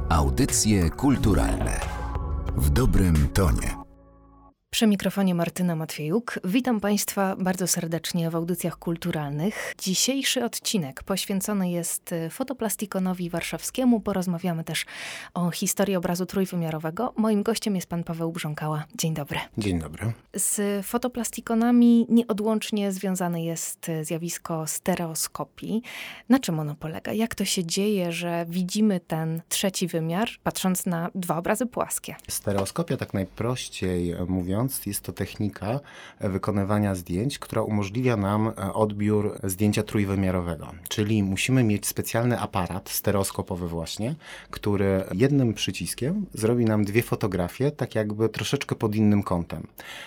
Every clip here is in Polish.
Audycje kulturalne w dobrym tonie. Przy mikrofonie Martyna Matwiejuk. Witam Państwa bardzo serdecznie w audycjach kulturalnych. Dzisiejszy odcinek poświęcony jest fotoplastikonu warszawskiemu. Porozmawiamy też o historii obrazu trójwymiarowego. Moim gościem jest pan Paweł Brząkała. Dzień dobry. Dzień dobry. Z fotoplastikonami nieodłącznie związane jest zjawisko stereoskopii. Na czym ono polega? Jak to się dzieje, że widzimy ten trzeci wymiar, patrząc na dwa obrazy płaskie? Stereoskopia, tak najprościej mówiąc, jest to technika wykonywania zdjęć, która umożliwia nam odbiór zdjęcia trójwymiarowego. Czyli musimy mieć specjalny aparat stereoskopowy właśnie, który jednym przyciskiem zrobi nam dwie fotografie, tak jakby troszeczkę pod innym kątem.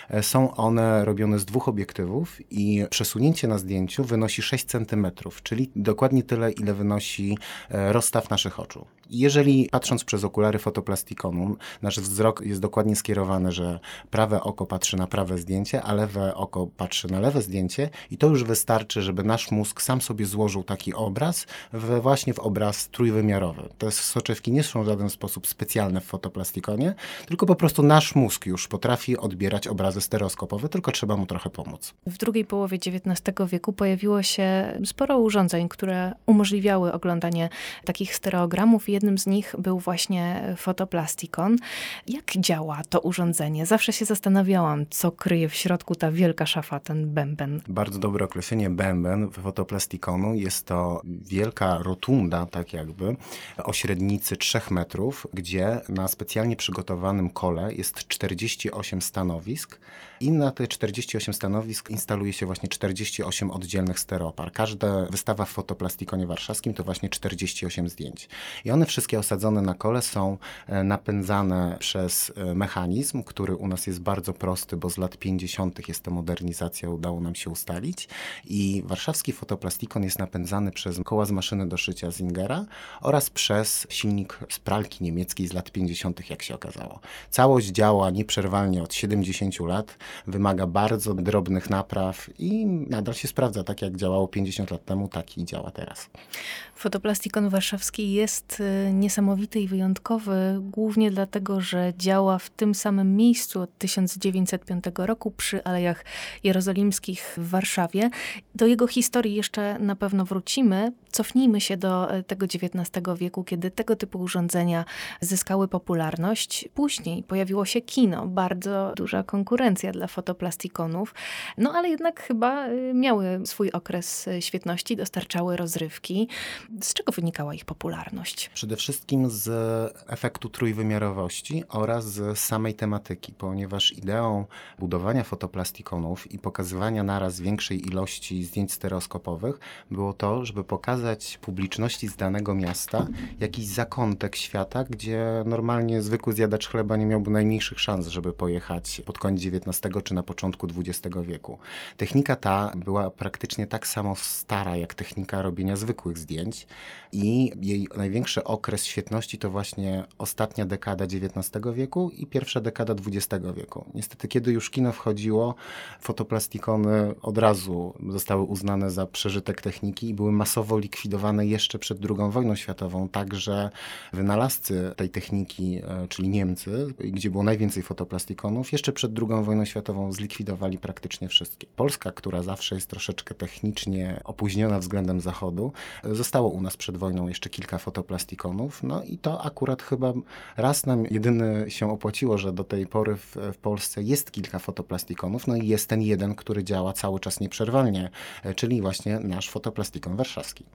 Są one robione z dwóch obiektywów i przesunięcie na zdjęciu wynosi 6 cm, czyli dokładnie tyle, ile wynosi rozstaw naszych oczu. Jeżeli patrząc przez okulary fotoplastikonu, nasz wzrok jest dokładnie skierowany, że prawe oko patrzy na prawe zdjęcie, a lewe oko patrzy na lewe zdjęcie i to już wystarczy, żeby nasz mózg sam sobie złożył taki obraz właśnie w obraz trójwymiarowy. Te soczewki nie są w żaden sposób specjalne w fotoplastikonie, tylko po prostu nasz mózg już potrafi odbierać obrazy stereoskopowe, tylko trzeba mu trochę pomóc. W drugiej połowie XIX wieku pojawiło się sporo urządzeń, które umożliwiały oglądanie takich stereogramów. Jednym z nich był właśnie fotoplastikon. Jak działa to urządzenie? Zawsze się zastanawiałam, co kryje w środku ta wielka szafa, ten bęben. Bardzo dobre określenie bęben fotoplastikonu. Jest to wielka rotunda, tak jakby, o średnicy 3 metrów, gdzie na specjalnie przygotowanym kole jest 48 stanowisk i na te 48 stanowisk instaluje się właśnie 48 oddzielnych stereopar. Każda wystawa w fotoplastikonu warszawskim to właśnie 48 zdjęć. I one wszystkie osadzone na kole są napędzane przez mechanizm, który u nas jest bardzo prosty, bo z lat 50. jest to modernizacja, udało nam się ustalić. I warszawski fotoplastikon jest napędzany przez koła z maszyny do szycia Zingera oraz przez silnik z pralki niemieckiej z lat 50., jak się okazało. Całość działa nieprzerwalnie od 70 lat, wymaga bardzo drobnych napraw i nadal się sprawdza. Tak jak działało 50 lat temu, tak i działa teraz. Fotoplastikon warszawski jest niesamowity i wyjątkowy, głównie dlatego, że działa w tym samym miejscu od 1905 roku przy Alejach Jerozolimskich w Warszawie. Do jego historii jeszcze na pewno wrócimy. Cofnijmy się do tego XIX wieku, kiedy tego typu urządzenia zyskały popularność. Później pojawiło się kino, bardzo duża konkurencja dla fotoplastikonów, no ale jednak chyba miały swój okres świetności, dostarczały rozrywki. Z czego wynikała ich popularność? Przede wszystkim z efektu trójwymiarowości oraz z samej tematyki, ponieważ ideą budowania fotoplastikonów i pokazywania naraz większej ilości zdjęć stereoskopowych było to, żeby pokazać publiczności z danego miasta jakiś zakątek świata, gdzie normalnie zwykły zjadacz chleba nie miałby najmniejszych szans, żeby pojechać pod koniec XIX czy na początku XX wieku. Technika ta była praktycznie tak samo stara jak technika robienia zwykłych zdjęć i jej największy okres świetności to właśnie ostatnia dekada XIX wieku i pierwsza dekada XX wieku. Niestety, kiedy już kino wchodziło, fotoplastikony od razu zostały uznane za przeżytek techniki i były masowo likwidowane jeszcze przed II wojną światową, także wynalazcy tej techniki, czyli Niemcy, gdzie było najwięcej fotoplastikonów, jeszcze przed II wojną światową zlikwidowali praktycznie wszystkie. Polska, która zawsze jest troszeczkę technicznie opóźniona względem Zachodu, zostało u nas przed wojną jeszcze kilka fotoplastikonów, no i to akurat chyba raz nam jedyny się opłaciło, że do tej pory w Polsce jest kilka fotoplastikonów, no i jest ten jeden, który działa cały czas nieprzerwalnie, czyli właśnie nasz fotoplastikon warszawski.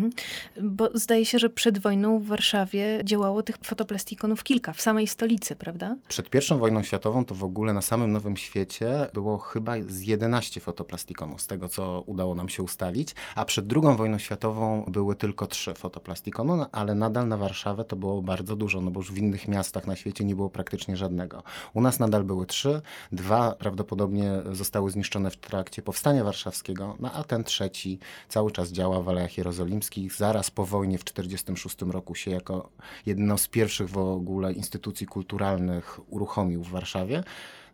Bo zdaje się, że przed wojną w Warszawie działało tych fotoplastikonów kilka, w samej stolicy, prawda? Przed I wojną światową to w ogóle na samym Nowym Świecie było chyba z 11 fotoplastikonów, z tego co udało nam się ustalić, a przed II wojną światową były tylko 3 fotoplastikony, no, ale nadal na Warszawę to było bardzo dużo, no bo już w innych miastach na świecie nie było praktycznie żadnego. U nas nadal były 3, 2 prawdopodobnie zostały zniszczone w trakcie Powstania Warszawskiego, no a ten trzeci cały czas działa w Alejach Jerozolimskich. Zaraz po wojnie w 1946 roku się jako jedno z pierwszych w ogóle instytucji kulturalnych uruchomił w Warszawie.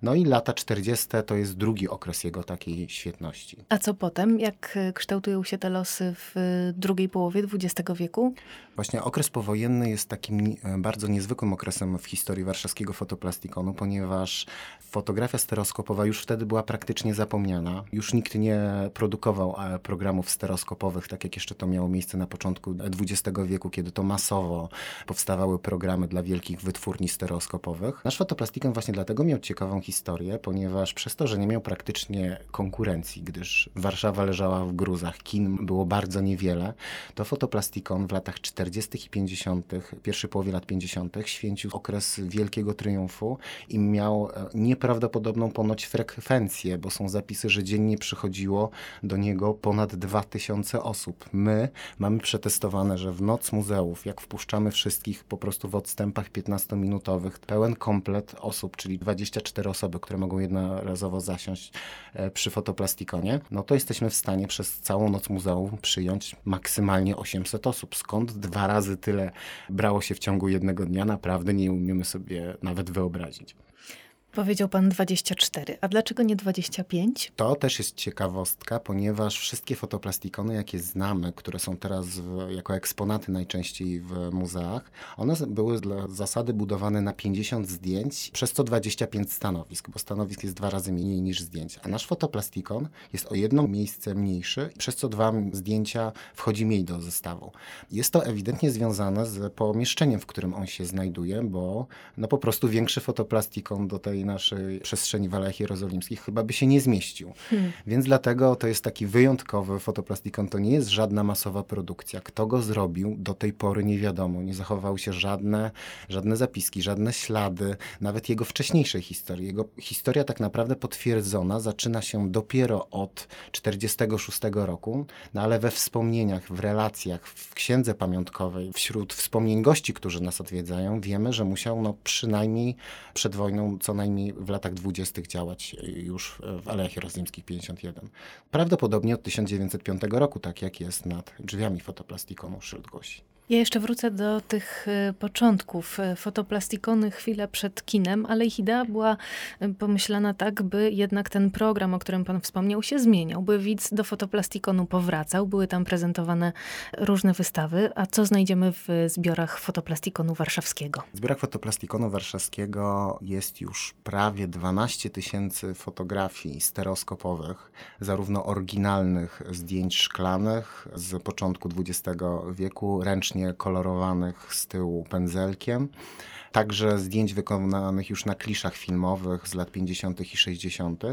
No i lata 40. to jest drugi okres jego takiej świetności. A co potem? Jak kształtują się te losy w drugiej połowie XX wieku? Właśnie okres powojenny jest takim bardzo niezwykłym okresem w historii warszawskiego fotoplastikonu, ponieważ fotografia stereoskopowa już wtedy była praktycznie zapomniana. Już nikt nie produkował programów stereoskopowych, tak jak jeszcze to miało miejsce na początku XX wieku, kiedy to masowo powstawały programy dla wielkich wytwórni stereoskopowych. Nasz fotoplastikon właśnie dlatego miał ciekawą historię, ponieważ przez to, że nie miał praktycznie konkurencji, gdyż Warszawa leżała w gruzach, kin było bardzo niewiele, to fotoplastikon w latach 40. i 50., pierwszej połowie lat 50. święcił okres wielkiego triumfu i miał nieprawdopodobną ponoć frekwencję, bo są zapisy, że dziennie przychodziło do niego ponad 2000 osób. My mamy przetestowane, że w Noc Muzeów, jak wpuszczamy wszystkich po prostu w odstępach 15-minutowych, pełen komplet osób, czyli 24 osoby, które mogą jednorazowo zasiąść przy fotoplastikon, no to jesteśmy w stanie przez całą Noc Muzeum przyjąć maksymalnie 800 osób. Skąd 2 razy tyle brało się w ciągu jednego dnia? Naprawdę nie umiemy sobie nawet wyobrazić. Powiedział pan 24, a dlaczego nie 25? To też jest ciekawostka, ponieważ wszystkie fotoplastikony, jakie znamy, które są teraz jako eksponaty najczęściej w muzeach, one były dla zasady budowane na 50 zdjęć przez 125 stanowisk, bo stanowisk jest 2 razy mniej niż zdjęć. A nasz fotoplastikon jest o jedno miejsce mniejszy, przez co 2 zdjęcia wchodzi mniej do zestawu. Jest to ewidentnie związane z pomieszczeniem, w którym on się znajduje, bo no po prostu większy fotoplastikon do tej naszej przestrzeni w Alejach Jerozolimskich chyba by się nie zmieścił. Więc dlatego to jest taki wyjątkowy fotoplastikon. To nie jest żadna masowa produkcja. Kto go zrobił, do tej pory nie wiadomo. Nie zachowały się żadne zapiski, żadne ślady, nawet jego wcześniejszej historii. Jego historia tak naprawdę potwierdzona zaczyna się dopiero od 1946 roku, no ale we wspomnieniach, w relacjach, w księdze pamiątkowej, wśród wspomnień gości, którzy nas odwiedzają, wiemy, że musiał przynajmniej przed wojną co najmniej w latach 20. działać już w Alejach Jerozolimskich 51. Prawdopodobnie od 1905 roku, tak jak jest nad drzwiami fotoplastikonu Szyld Gosi. Ja jeszcze wrócę do tych początków. Fotoplastikony chwilę przed kinem, ale ich idea była pomyślana tak, by jednak ten program, o którym pan wspomniał, się zmieniał, by widz do fotoplastikonu powracał, były tam prezentowane różne wystawy. A co znajdziemy w zbiorach fotoplastikonu warszawskiego? W zbiorach fotoplastikonu warszawskiego jest już prawie 12 000 fotografii stereoskopowych, zarówno oryginalnych zdjęć szklanych z początku XX wieku, ręcznie kolorowanych z tyłu pędzelkiem. Także zdjęć wykonanych już na kliszach filmowych z lat 50. i 60.,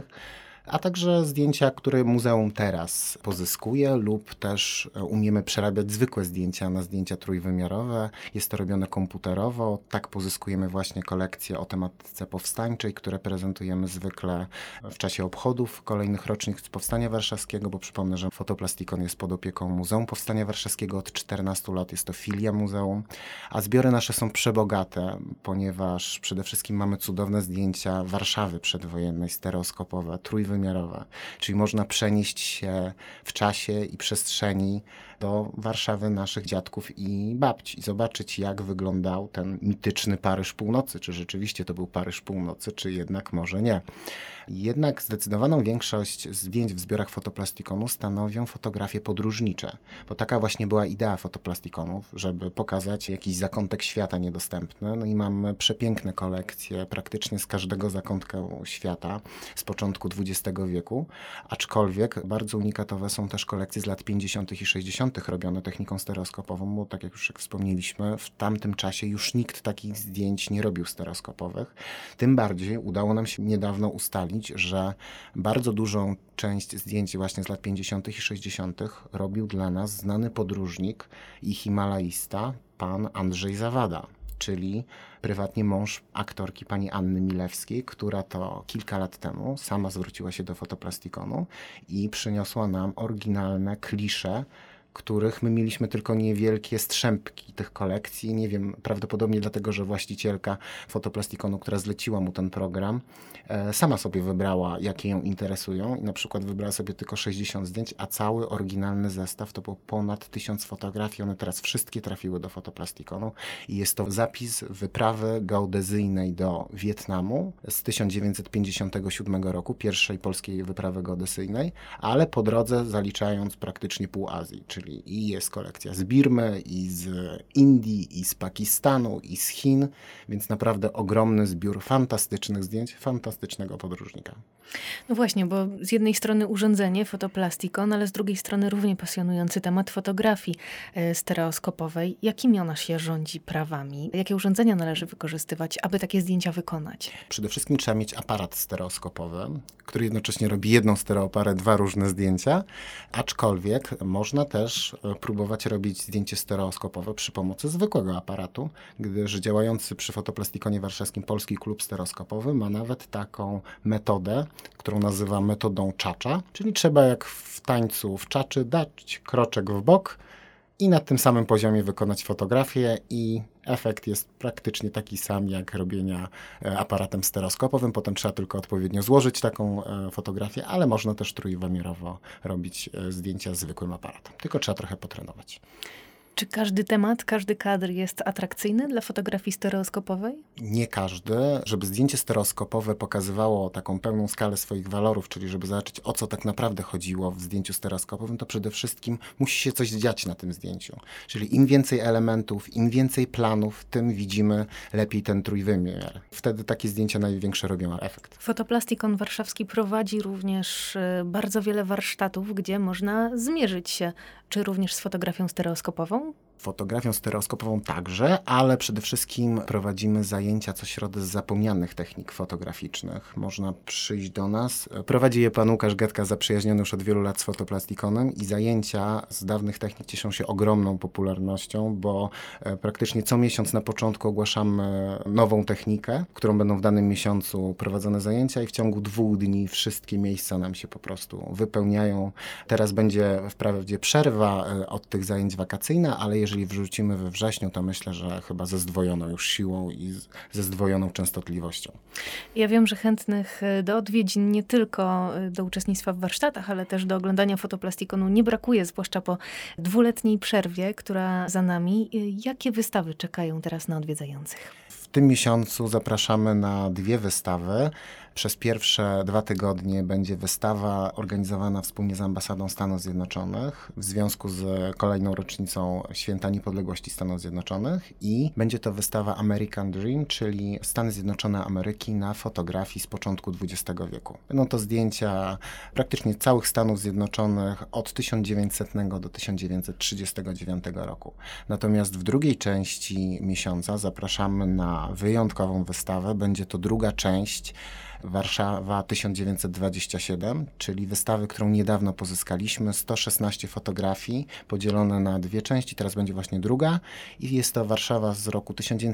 a także zdjęcia, które muzeum teraz pozyskuje lub też umiemy przerabiać zwykłe zdjęcia na zdjęcia trójwymiarowe. Jest to robione komputerowo. Tak pozyskujemy właśnie kolekcje o tematyce powstańczej, które prezentujemy zwykle w czasie obchodów kolejnych rocznic Powstania Warszawskiego, bo przypomnę, że fotoplastikon jest pod opieką Muzeum Powstania Warszawskiego od 14 lat. Jest to filia muzeum, a zbiory nasze są przebogate, ponieważ przede wszystkim mamy cudowne zdjęcia Warszawy przedwojennej, stereoskopowe, trójwymiarowe, czyli można przenieść się w czasie i przestrzeni do Warszawy naszych dziadków i babci i zobaczyć, jak wyglądał ten mityczny Paryż Północy. Czy rzeczywiście to był Paryż Północy, czy jednak może nie. Jednak zdecydowaną większość zdjęć w zbiorach fotoplastikonu stanowią fotografie podróżnicze, bo taka właśnie była idea fotoplastikonów, żeby pokazać jakiś zakątek świata niedostępny. No i mamy przepiękne kolekcje praktycznie z każdego zakątka świata z początku XX wieku, aczkolwiek bardzo unikatowe są też kolekcje z lat 50. i 60. robione techniką stereoskopową, bo tak jak już wspomnieliśmy, w tamtym czasie już nikt takich zdjęć nie robił stereoskopowych. Tym bardziej udało nam się niedawno ustalić, że bardzo dużą część zdjęć właśnie z lat 50. i 60. robił dla nas znany podróżnik i himalaista, pan Andrzej Zawada, czyli prywatnie mąż aktorki pani Anny Milewskiej, która to kilka lat temu sama zwróciła się do fotoplastikonu i przyniosła nam oryginalne klisze których my mieliśmy tylko niewielkie strzępki tych kolekcji. Nie wiem, prawdopodobnie dlatego, że właścicielka Fotoplastikonu, która zleciła mu ten program, sama sobie wybrała, jakie ją interesują i na przykład wybrała sobie tylko 60 zdjęć, a cały oryginalny zestaw to było ponad 1000 fotografii. One teraz wszystkie trafiły do Fotoplastikonu i jest to zapis wyprawy geodezyjnej do Wietnamu z 1957 roku, pierwszej polskiej wyprawy geodezyjnej, ale po drodze zaliczając praktycznie pół Azji, czyli i jest kolekcja z Birmy, i z Indii, i z Pakistanu, i z Chin, więc naprawdę ogromny zbiór fantastycznych zdjęć, fantastycznego podróżnika. No właśnie, bo z jednej strony urządzenie Fotoplastikon, ale z drugiej strony równie pasjonujący temat fotografii stereoskopowej. Jakimi ona się rządzi prawami? Jakie urządzenia należy wykorzystywać, aby takie zdjęcia wykonać? Przede wszystkim trzeba mieć aparat stereoskopowy, który jednocześnie robi jedną stereoparę, dwa różne zdjęcia, aczkolwiek można też próbować robić zdjęcie stereoskopowe przy pomocy zwykłego aparatu, gdyż działający przy Fotoplastikanie Warszawskim Polski Klub Stereoskopowy ma nawet taką metodę, którą nazywa metodą czacza, czyli trzeba jak w tańcu w czaczy dać kroczek w bok i na tym samym poziomie wykonać fotografię i efekt jest praktycznie taki sam jak robienia aparatem stereoskopowym. Potem trzeba tylko odpowiednio złożyć taką fotografię, ale można też trójwymiarowo robić zdjęcia zwykłym aparatem. Tylko trzeba trochę potrenować. Czy każdy temat, każdy kadr jest atrakcyjny dla fotografii stereoskopowej? Nie każdy. Żeby zdjęcie stereoskopowe pokazywało taką pełną skalę swoich walorów, czyli żeby zobaczyć, o co tak naprawdę chodziło w zdjęciu stereoskopowym, to przede wszystkim musi się coś dziać na tym zdjęciu. Czyli im więcej elementów, im więcej planów, tym widzimy lepiej ten trójwymiar. Wtedy takie zdjęcia największy robią efekt. Fotoplastikon Warszawski prowadzi również bardzo wiele warsztatów, gdzie można zmierzyć się, czy również z fotografią stereoskopową? Fotografią stereoskopową także, ale przede wszystkim prowadzimy zajęcia co środę z zapomnianych technik fotograficznych. Można przyjść do nas. Prowadzi je pan Łukasz Getka, zaprzyjaźniony już od wielu lat z Fotoplastikonem i zajęcia z dawnych technik cieszą się ogromną popularnością, bo praktycznie co miesiąc na początku ogłaszamy nową technikę, którą będą w danym miesiącu prowadzone zajęcia i w ciągu 2 dni wszystkie miejsca nam się po prostu wypełniają. Teraz będzie wprawdzie przerwa od tych zajęć wakacyjna, ale jeżeli wrzucimy we wrześniu, to myślę, że chyba ze zdwojoną już siłą i ze zdwojoną częstotliwością. Ja wiem, że chętnych do odwiedzin nie tylko do uczestnictwa w warsztatach, ale też do oglądania Fotoplastikonu nie brakuje, zwłaszcza po 2-letniej przerwie, która za nami. Jakie wystawy czekają teraz na odwiedzających? W tym miesiącu zapraszamy na 2 wystawy. Przez pierwsze 2 tygodnie będzie wystawa organizowana wspólnie z Ambasadą Stanów Zjednoczonych w związku z kolejną rocznicą Święta Niepodległości Stanów Zjednoczonych i będzie to wystawa American Dream, czyli Stany Zjednoczone Ameryki na fotografii z początku XX wieku. Będą to zdjęcia praktycznie całych Stanów Zjednoczonych od 1900 do 1939 roku. Natomiast w drugiej części miesiąca zapraszamy na wyjątkową wystawę. Będzie to druga część Warszawa 1927, czyli wystawy, którą niedawno pozyskaliśmy. 116 fotografii podzielone na 2 części, teraz będzie właśnie druga i jest to Warszawa z roku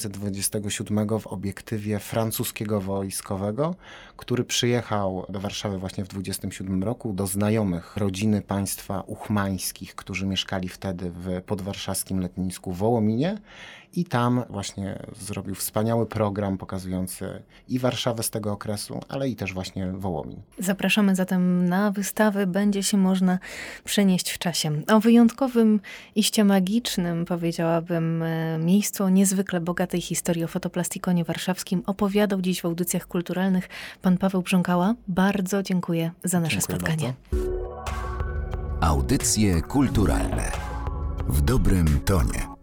1927 w obiektywie francuskiego wojskowego, który przyjechał do Warszawy właśnie w 1927 roku do znajomych rodziny państwa uchmańskich, którzy mieszkali wtedy w podwarszawskim letnisku w Wołominie i tam właśnie zrobił wspaniały program pokazujący i Warszawę z tego okresu, ale i też właśnie Wołomin. Zapraszamy zatem na wystawę, będzie się można przenieść w czasie. O wyjątkowym, iście magicznym, powiedziałabym, miejscu o niezwykle bogatej historii o Fotoplastikonie Warszawskim opowiadał dziś w audycjach kulturalnych pan Paweł Brząkała. Bardzo dziękuję za nasze spotkanie. Bardzo. Audycje kulturalne w dobrym tonie.